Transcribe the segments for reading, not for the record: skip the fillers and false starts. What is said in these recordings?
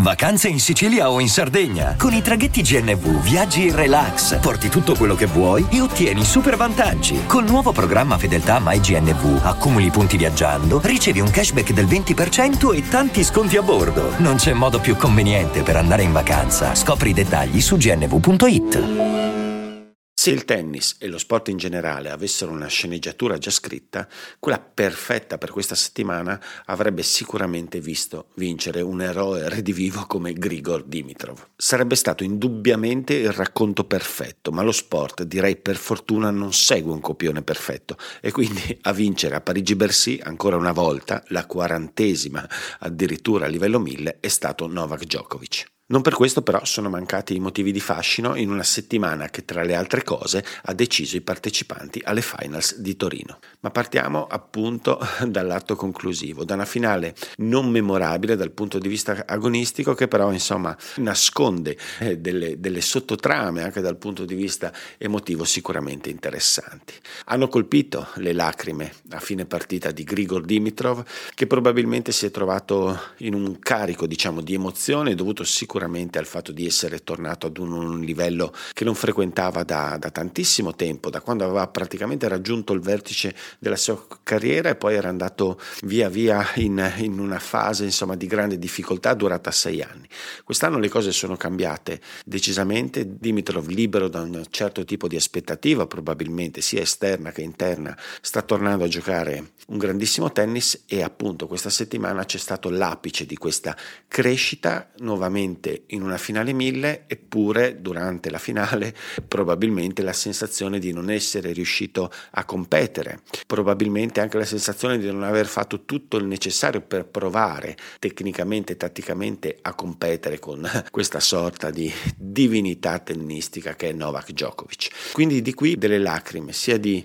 Vacanze in Sicilia o in Sardegna. Con i traghetti GNV viaggi in relax, porti tutto quello che vuoi e ottieni super vantaggi. Col nuovo programma Fedeltà MyGNV accumuli punti viaggiando, ricevi un cashback del 20% e tanti sconti a bordo. Non c'è modo più conveniente per andare in vacanza. Scopri i dettagli su gnv.it. Se il tennis e lo sport in generale avessero una sceneggiatura già scritta, quella perfetta per questa settimana avrebbe sicuramente visto vincere un eroe redivivo come Grigor Dimitrov. Sarebbe stato indubbiamente il racconto perfetto, ma lo sport, direi per fortuna, non segue un copione perfetto e quindi a vincere a Parigi-Bercy ancora una volta, la 40ª addirittura a livello 1000, è stato Novak Djokovic. Non per questo però sono mancati i motivi di fascino in una settimana che tra le altre cose ha deciso i partecipanti alle finals di Torino. Ma partiamo appunto dall'atto conclusivo, da una finale non memorabile dal punto di vista agonistico che però insomma nasconde delle sottotrame anche dal punto di vista emotivo sicuramente interessanti. Hanno colpito le lacrime a fine partita di Grigor Dimitrov che probabilmente si è trovato in un carico di emozione dovuto sicuramente al fatto di essere tornato ad un livello che non frequentava da tantissimo tempo, da quando aveva praticamente raggiunto il vertice della sua carriera e poi era andato via via in una fase di grande difficoltà durata 6 anni. Quest'anno le cose sono cambiate decisamente, Dimitrov libero da un certo tipo di aspettativa probabilmente sia esterna che interna sta tornando a giocare un grandissimo tennis e appunto questa settimana c'è stato l'apice di questa crescita nuovamente in una finale 1000, eppure durante la finale probabilmente la sensazione di non essere riuscito a competere, probabilmente anche la sensazione di non aver fatto tutto il necessario per provare tecnicamente e tatticamente a competere con questa sorta di divinità tennistica che è Novak Djokovic. Quindi di qui delle lacrime sia di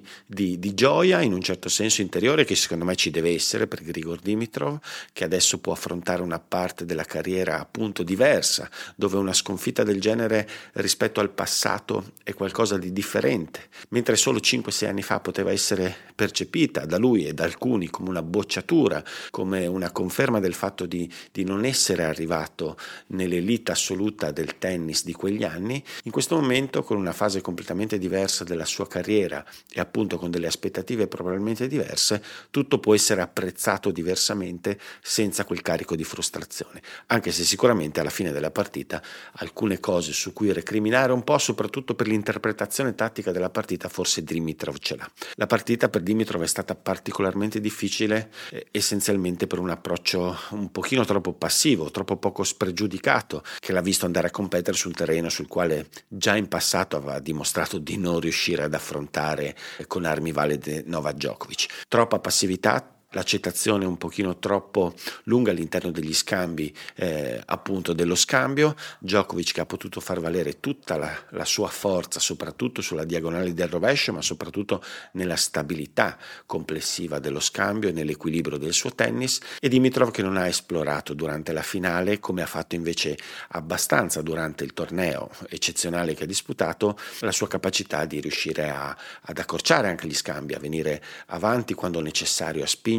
gioia in un certo senso interiore che secondo me ci deve essere per Grigor Dimitrov, che adesso può affrontare una parte della carriera appunto diversa, dove una sconfitta del genere rispetto al passato è qualcosa di differente, mentre solo 5-6 anni fa poteva essere percepita da lui e da alcuni come una bocciatura, come una conferma del fatto di non essere arrivato nell'elite assoluta del tennis di quegli anni. In questo momento, con una fase completamente diversa della sua carriera e appunto con delle aspettative probabilmente diverse, tutto può essere apprezzato diversamente senza quel carico di frustrazione, anche se sicuramente alla fine della partita alcune cose su cui recriminare un po', soprattutto per l'interpretazione tattica della partita, forse Dimitrov ce l'ha. La partita per Dimitrov è stata particolarmente difficile essenzialmente per un approccio un pochino troppo passivo, troppo poco spregiudicato, che l'ha visto andare a competere su un terreno sul quale già in passato aveva dimostrato di non riuscire ad affrontare con armi valide Novak Djokovic. Troppa passività, l'accettazione un pochino troppo lunga all'interno degli scambi appunto dello scambio, Djokovic che ha potuto far valere tutta la sua forza soprattutto sulla diagonale del rovescio, ma soprattutto nella stabilità complessiva dello scambio e nell'equilibrio del suo tennis, e Dimitrov che non ha esplorato durante la finale, come ha fatto invece abbastanza durante il torneo eccezionale che ha disputato, la sua capacità di riuscire ad accorciare anche gli scambi, a venire avanti quando necessario, a spingere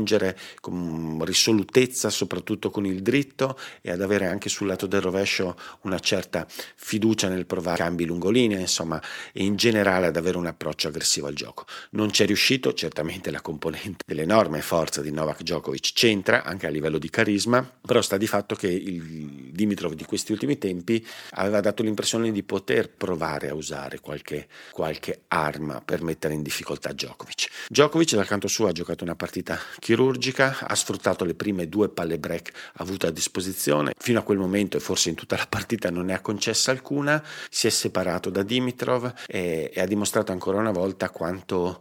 con risolutezza soprattutto con il dritto e ad avere anche sul lato del rovescio una certa fiducia nel provare cambi lungolinea, e in generale ad avere un approccio aggressivo al gioco. Non c'è riuscito, certamente la componente dell'enorme forza di Novak Djokovic c'entra anche a livello di carisma, però sta di fatto che il Dimitrov di questi ultimi tempi aveva dato l'impressione di poter provare a usare qualche arma per mettere in difficoltà Djokovic. Djokovic dal canto suo ha giocato una partita chirurgica, ha sfruttato le prime 2 palle break avute a disposizione, fino a quel momento e forse in tutta la partita non ne ha concessa alcuna, si è separato da Dimitrov e ha dimostrato ancora una volta quanto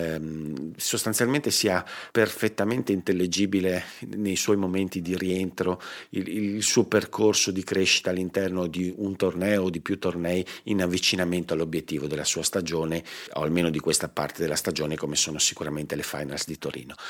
sostanzialmente sia perfettamente intellegibile nei suoi momenti di rientro, il suo percorso di crescita all'interno di un torneo o di più tornei in avvicinamento all'obiettivo della sua stagione, o almeno di questa parte della stagione, come sono sicuramente le finals di Torino. Ha fatto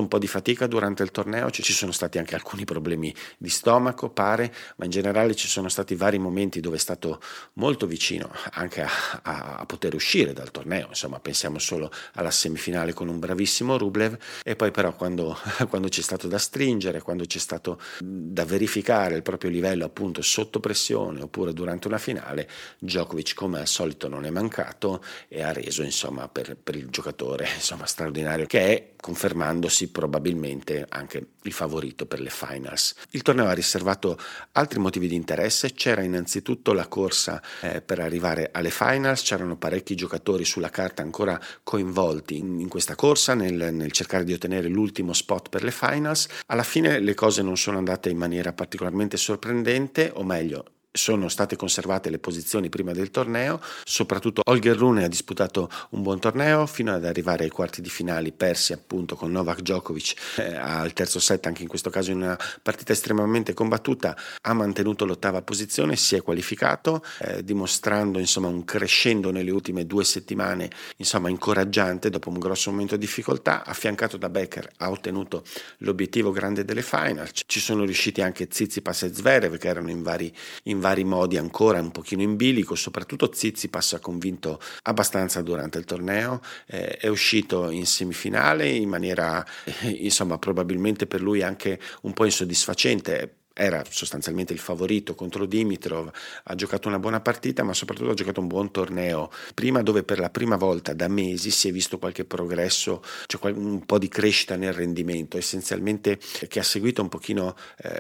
un po' di fatica durante il torneo, ci sono stati anche alcuni problemi di stomaco, pare, ma in generale ci sono stati vari momenti dove è stato molto vicino anche a poter uscire dal torneo. Insomma, pensiamo solo alla semifinale con un bravissimo Rublev, e poi però quando c'è stato da stringere, quando c'è stato da verificare il proprio livello appunto sotto pressione oppure durante una finale, Djokovic come al solito non è mancato e ha reso insomma per il giocatore insomma straordinario, che è, confermandosi probabilmente anche il favorito per le finals. Il torneo ha riservato altri motivi di interesse. C'era innanzitutto la corsa per arrivare alle finals, c'erano parecchi giocatori sulla carta ancora coinvolti in questa corsa nel cercare di ottenere l'ultimo spot per le finals. Alla fine le cose non sono andate in maniera particolarmente sorprendente, o meglio, sono state conservate le posizioni prima del torneo. Soprattutto Holger Rune ha disputato un buon torneo fino ad arrivare ai quarti di finali, persi appunto con Novak Djokovic al terzo set, anche in questo caso in una partita estremamente combattuta. Ha mantenuto l'ottava posizione, si è qualificato, dimostrando insomma un crescendo nelle ultime 2 settimane insomma incoraggiante dopo un grosso momento di difficoltà. Affiancato da Becker ha ottenuto l'obiettivo grande delle final. Ci sono riusciti anche Tsitsipas e Zverev, che erano in vari modi ancora un pochino in bilico. Soprattutto Tsitsipas ha convinto abbastanza durante il torneo, è uscito in semifinale in maniera insomma probabilmente per lui anche un po' insoddisfacente. Era sostanzialmente il favorito contro Dimitrov, ha giocato una buona partita, ma soprattutto ha giocato un buon torneo prima, dove per la prima volta da mesi si è visto qualche progresso, cioè un po' di crescita nel rendimento, essenzialmente che ha seguito un pochino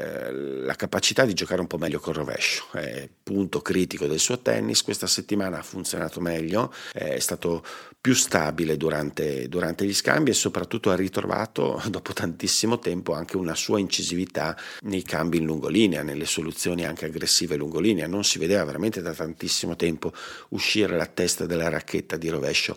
la capacità di giocare un po' meglio col rovescio. Punto critico del suo tennis. Questa settimana ha funzionato meglio, è stato più stabile durante gli scambi e soprattutto ha ritrovato dopo tantissimo tempo anche una sua incisività nei cambi in lungolinea, nelle soluzioni anche aggressive lungolinea. Non si vedeva veramente da tantissimo tempo uscire la testa della racchetta di rovescio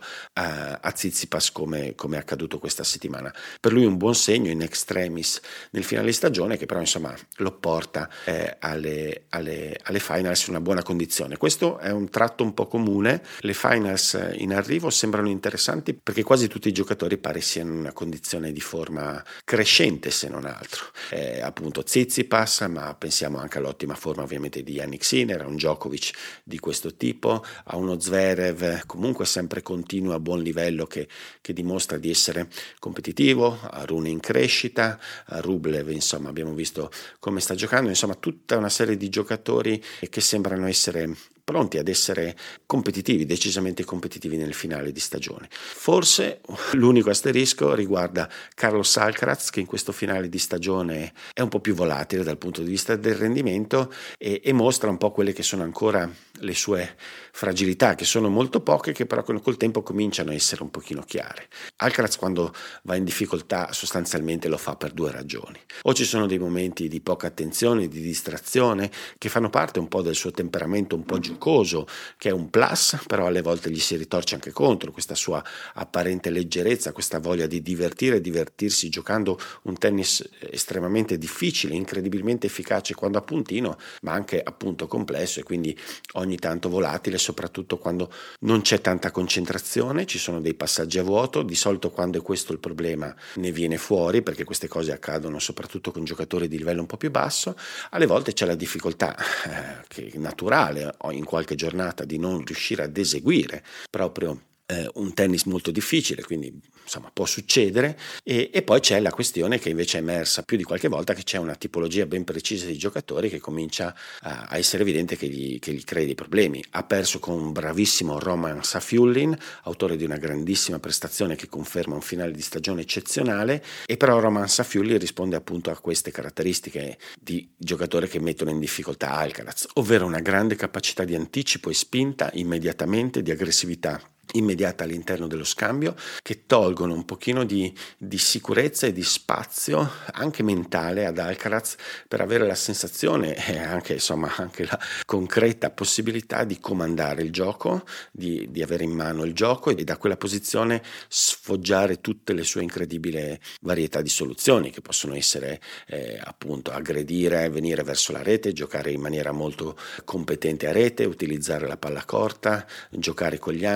a Tsitsipas come è accaduto questa settimana. Per lui un buon segno in extremis nel finale di stagione, che però insomma lo porta alle finals in una buona condizione. Questo è un tratto un po' comune. Le finals in arrivo sembrano interessanti perché quasi tutti i giocatori pare siano in una condizione di forma crescente, se non altro. Appunto Tsitsipas, ma pensiamo anche all'ottima forma ovviamente di Jannik Sinner, a un Djokovic di questo tipo, a uno Zverev comunque sempre continuo a buon livello che dimostra di essere competitivo, a Rune in crescita, a Rublev insomma abbiamo visto come sta giocando, insomma tutta una serie di giocatori che sembrano essere pronti ad essere competitivi, decisamente competitivi nel finale di stagione. Forse l'unico asterisco riguarda Carlos Alcaraz, che in questo finale di stagione è un po' più volatile dal punto di vista del rendimento e mostra un po' quelle che sono ancora le sue fragilità, che sono molto poche, che però col tempo cominciano a essere un pochino chiare. Alcaraz quando va in difficoltà sostanzialmente lo fa per 2 ragioni: o ci sono dei momenti di poca attenzione, di distrazione, che fanno parte un po' del suo temperamento un po' giocoso, che è un plus, però alle volte gli si ritorce anche contro questa sua apparente leggerezza, questa voglia di divertirsi giocando un tennis estremamente difficile, incredibilmente efficace quando a puntino, ma anche appunto complesso e quindi ogni tanto volatile, soprattutto quando non c'è tanta concentrazione, ci sono dei passaggi a vuoto. Di solito quando è questo il problema ne viene fuori, perché queste cose accadono soprattutto con giocatori di livello un po' più basso. Alle volte c'è la difficoltà che è naturale in qualche giornata di non riuscire ad eseguire proprio un tennis molto difficile, quindi insomma può succedere, e poi c'è la questione che invece è emersa più di qualche volta, che c'è una tipologia ben precisa di giocatori che comincia a essere evidente che gli crea dei problemi. Ha perso con un bravissimo Roman Safiullin, autore di una grandissima prestazione che conferma un finale di stagione eccezionale, e però Roman Safiullin risponde appunto a queste caratteristiche di giocatore che mettono in difficoltà Alcaraz, ovvero una grande capacità di anticipo e spinta immediatamente, di aggressività immediata all'interno dello scambio, che tolgono un pochino di sicurezza e di spazio anche mentale ad Alcaraz per avere la sensazione e anche la concreta possibilità di comandare il gioco, di avere in mano il gioco e da quella posizione sfoggiare tutte le sue incredibili varietà di soluzioni, che possono essere appunto aggredire, venire verso la rete, giocare in maniera molto competente a rete, utilizzare la palla corta, giocare con gli angoli, giocare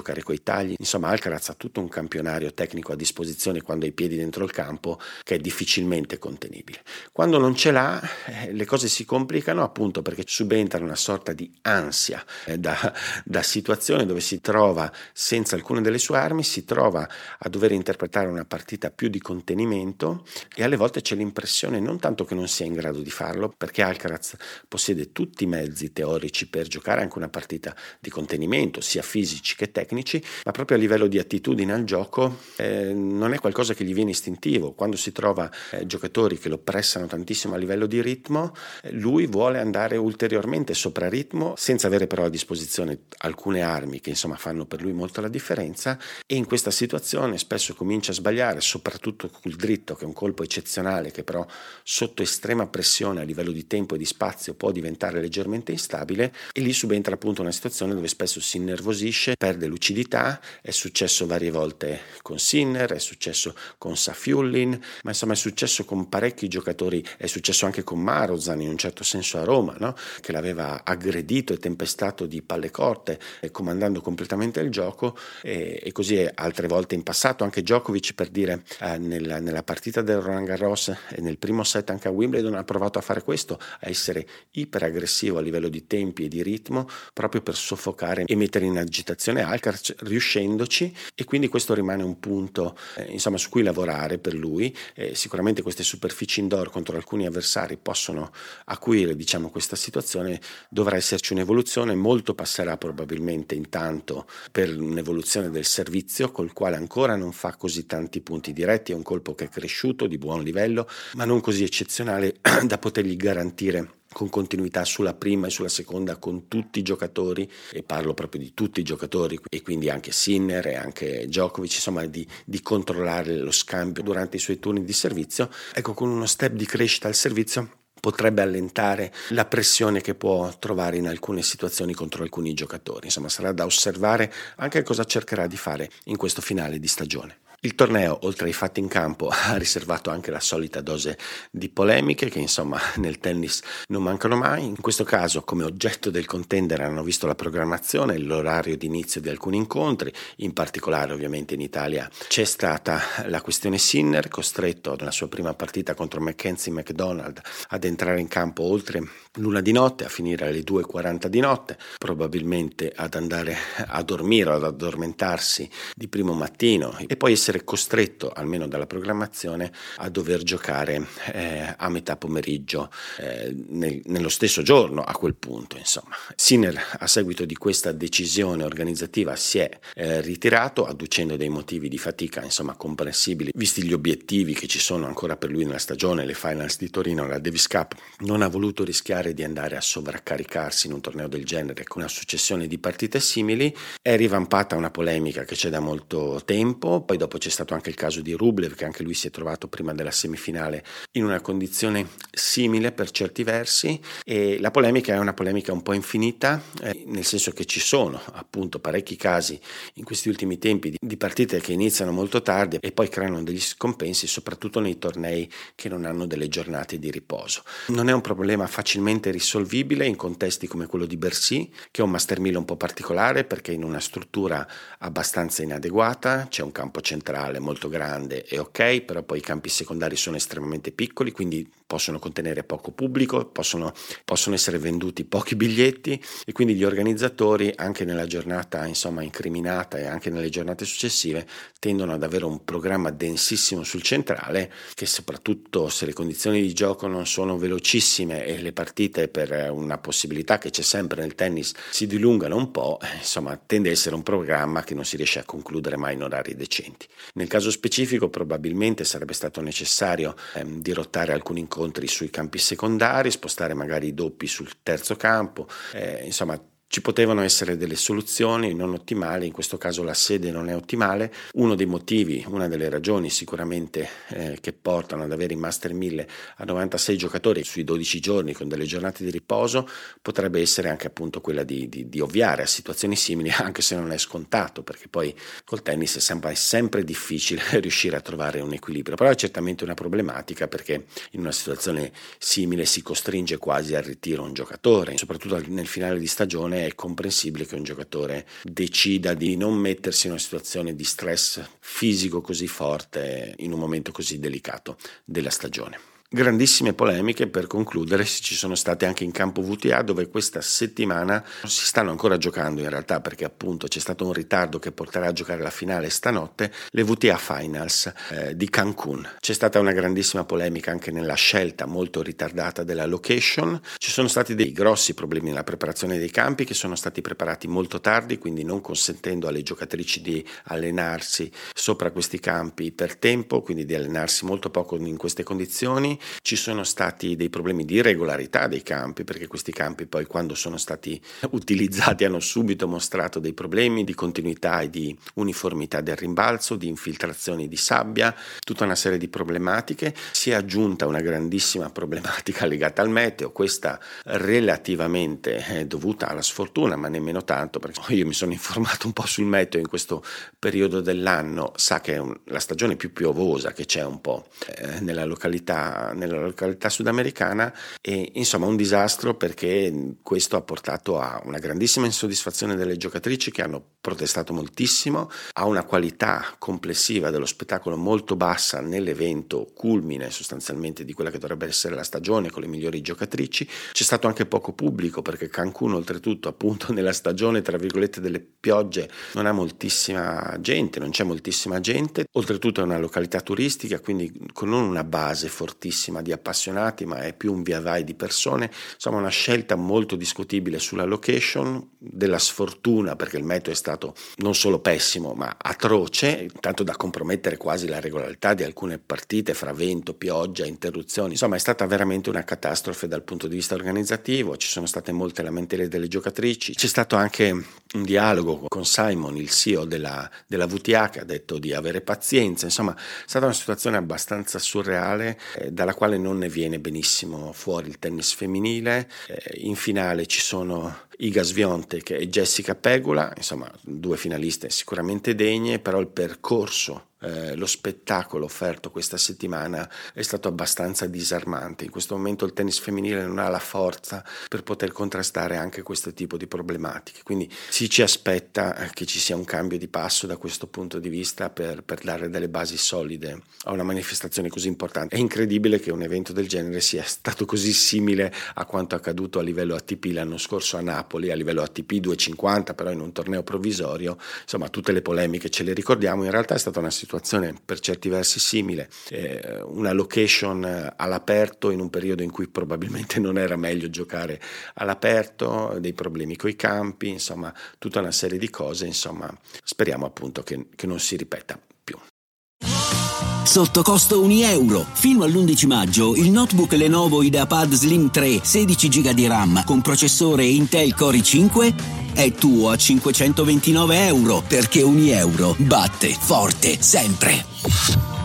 giocare coi tagli. Insomma, Alcaraz ha tutto un campionario tecnico a disposizione quando ha i piedi dentro il campo che è difficilmente contenibile. Quando non ce l'ha, le cose si complicano appunto perché subentra una sorta di ansia da situazione dove si trova senza alcune delle sue armi, si trova a dover interpretare una partita più di contenimento e alle volte c'è l'impressione non tanto che non sia in grado di farlo, perché Alcaraz possiede tutti i mezzi teorici per giocare anche una partita di contenimento, sia fisici che tecnici, ma proprio a livello di attitudine al gioco non è qualcosa che gli viene istintivo. Quando si trova giocatori che lo pressano tantissimo a livello di ritmo, lui vuole andare ulteriormente sopra ritmo senza avere però a disposizione alcune armi che insomma fanno per lui molto la differenza, e in questa situazione spesso comincia a sbagliare, soprattutto col dritto, che è un colpo eccezionale che però sotto estrema pressione a livello di tempo e di spazio può diventare leggermente instabile, e lì subentra appunto una situazione dove spesso si innervosisce, perde lucidità. È successo varie volte con Sinner, è successo con Safiullin, ma insomma è successo con parecchi giocatori, è successo anche con Marozan in un certo senso a Roma, no? Che l'aveva aggredito e tempestato di palle corte, comandando completamente il gioco, e così altre volte in passato. Anche Djokovic, per dire, nella partita del Roland Garros e nel primo set anche a Wimbledon ha provato a fare questo, a essere iperaggressivo a livello di tempi e di ritmo, proprio per soffocare e mettere in agitazione Alcaraz, riuscendoci, e quindi questo rimane un punto insomma su cui lavorare per lui. Sicuramente queste superfici indoor contro alcuni avversari possono acuire, diciamo, questa situazione. Dovrà esserci un'evoluzione, molto passerà probabilmente intanto per un'evoluzione del servizio, col quale ancora non fa così tanti punti diretti. È un colpo che è cresciuto di buon livello, ma non così eccezionale da potergli garantire con continuità sulla prima e sulla seconda con tutti i giocatori, e parlo proprio di tutti i giocatori, e quindi anche Sinner e anche Djokovic, insomma di controllare lo scambio durante i suoi turni di servizio. Ecco, con uno step di crescita al servizio potrebbe allentare la pressione che può trovare in alcune situazioni contro alcuni giocatori. Insomma, sarà da osservare anche cosa cercherà di fare in questo finale di stagione. Il torneo, oltre ai fatti in campo, ha riservato anche la solita dose di polemiche che insomma nel tennis non mancano mai. In questo caso, come oggetto del contender, hanno visto la programmazione e l'orario di inizio di alcuni incontri. In particolare, ovviamente in Italia c'è stata la questione Sinner, costretto nella sua prima partita contro Mackenzie McDonald ad entrare in campo oltre l'una di notte, a finire alle 2:40 di notte, probabilmente ad andare a dormire o ad addormentarsi di primo mattino, e poi essere costretto, almeno dalla programmazione, a dover giocare a metà pomeriggio nello stesso giorno. A quel punto, insomma, Sinner, a seguito di questa decisione organizzativa, si è ritirato, adducendo dei motivi di fatica insomma comprensibili visti gli obiettivi che ci sono ancora per lui nella stagione, le finals di Torino, la Davis Cup. Non ha voluto rischiare di andare a sovraccaricarsi in un torneo del genere con una successione di partite simili. È rivampata una polemica che c'è da molto tempo. Poi dopo c'è stato anche il caso di Rublev, che anche lui si è trovato prima della semifinale in una condizione simile per certi versi, e la polemica è una polemica un po' infinita, nel senso che ci sono appunto parecchi casi in questi ultimi tempi di partite che iniziano molto tardi e poi creano degli scompensi, soprattutto nei tornei che non hanno delle giornate di riposo. Non è un problema facilmente risolvibile in contesti come quello di Bercy, che è un Master 1000 un po' particolare perché in una struttura abbastanza inadeguata. C'è un campo centrale molto grande e ok, però poi i campi secondari sono estremamente piccoli, quindi possono contenere poco pubblico, possono essere venduti pochi biglietti, e quindi gli organizzatori, anche nella giornata insomma incriminata e anche nelle giornate successive, tendono ad avere un programma densissimo sul centrale, che soprattutto se le condizioni di gioco non sono velocissime e le partite, per una possibilità che c'è sempre nel tennis, si dilungano un po', insomma tende a essere un programma che non si riesce a concludere mai in orari decenti. Nel caso specifico probabilmente sarebbe stato necessario dirottare alcuni incontri sui campi secondari, spostare magari i doppi sul terzo campo, insomma ci potevano essere delle soluzioni non ottimali. In questo caso la sede non è ottimale. Uno dei motivi, una delle ragioni sicuramente che portano ad avere i Master 1000 a 96 giocatori sui 12 giorni con delle giornate di riposo potrebbe essere anche appunto quella di ovviare a situazioni simili, anche se non è scontato, perché poi col tennis è sempre difficile riuscire a trovare un equilibrio, però è certamente una problematica, perché in una situazione simile si costringe quasi al ritiro un giocatore, soprattutto nel finale di stagione me è comprensibile che un giocatore decida di non mettersi in una situazione di stress fisico così forte in un momento così delicato della stagione. Grandissime polemiche, per concludere, ci sono state anche in campo VTA, dove questa settimana si stanno ancora giocando in realtà, perché appunto c'è stato un ritardo che porterà a giocare la finale stanotte, le VTA Finals di Cancun. C'è stata una grandissima polemica anche nella scelta molto ritardata della location. Ci sono stati dei grossi problemi nella preparazione dei campi, che sono stati preparati molto tardi, quindi non consentendo alle giocatrici di allenarsi sopra questi campi per tempo, quindi di allenarsi molto poco in queste condizioni. Ci sono stati dei problemi di regolarità dei campi, perché questi campi poi, quando sono stati utilizzati, hanno subito mostrato dei problemi di continuità e di uniformità del rimbalzo, di infiltrazioni di sabbia, tutta una serie di problematiche. Si è aggiunta una grandissima problematica legata al meteo, questa relativamente dovuta alla sfortuna, ma nemmeno tanto, perché io mi sono informato un po' sul meteo in questo periodo dell'anno. Sa che è la stagione più piovosa che c'è un po' nella località sudamericana, e insomma un disastro, perché questo ha portato a una grandissima insoddisfazione delle giocatrici, che hanno protestato moltissimo, a una qualità complessiva dello spettacolo molto bassa nell'evento culmine sostanzialmente di quella che dovrebbe essere la stagione, con le migliori giocatrici. C'è stato anche poco pubblico, perché Cancun, oltretutto appunto nella stagione tra virgolette delle piogge, non c'è moltissima gente, oltretutto è una località turistica, quindi con non una base fortissima di appassionati, ma è più un via vai di persone. Insomma, una scelta molto discutibile sulla location, della sfortuna, perché il meteo è stato non solo pessimo ma atroce, tanto da compromettere quasi la regolarità di alcune partite fra vento, pioggia, interruzioni. Insomma, è stata veramente una catastrofe dal punto di vista organizzativo. Ci sono state molte lamentele delle giocatrici. C'è stato anche un dialogo con Simon, il CEO della VTA, che ha detto di avere pazienza. Insomma, è stata una situazione abbastanza surreale, dalla quale non ne viene benissimo fuori il tennis femminile. In finale ci sono Iga Swiatek e Jessica Pegula, insomma due finaliste sicuramente degne, però il percorso, lo spettacolo offerto questa settimana è stato abbastanza disarmante. In questo momento il tennis femminile non ha la forza per poter contrastare anche questo tipo di problematiche, quindi ci aspetta che ci sia un cambio di passo da questo punto di vista per dare delle basi solide a una manifestazione così importante. È incredibile che un evento del genere sia stato così simile a quanto accaduto a livello ATP l'anno scorso a Napoli, a livello ATP 250, però in un torneo provvisorio. Insomma, tutte le polemiche ce le ricordiamo. In realtà è stata una situazione per certi versi simile, una location all'aperto in un periodo in cui probabilmente non era meglio giocare all'aperto, dei problemi coi campi, insomma tutta una serie di cose. Insomma, speriamo appunto che non si ripeta più. Sotto costo €1. Fino all'11 maggio il notebook Lenovo IdeaPad Slim 3 16 GB di RAM con processore Intel Core i5 è tuo a €529, perché €1 batte forte sempre.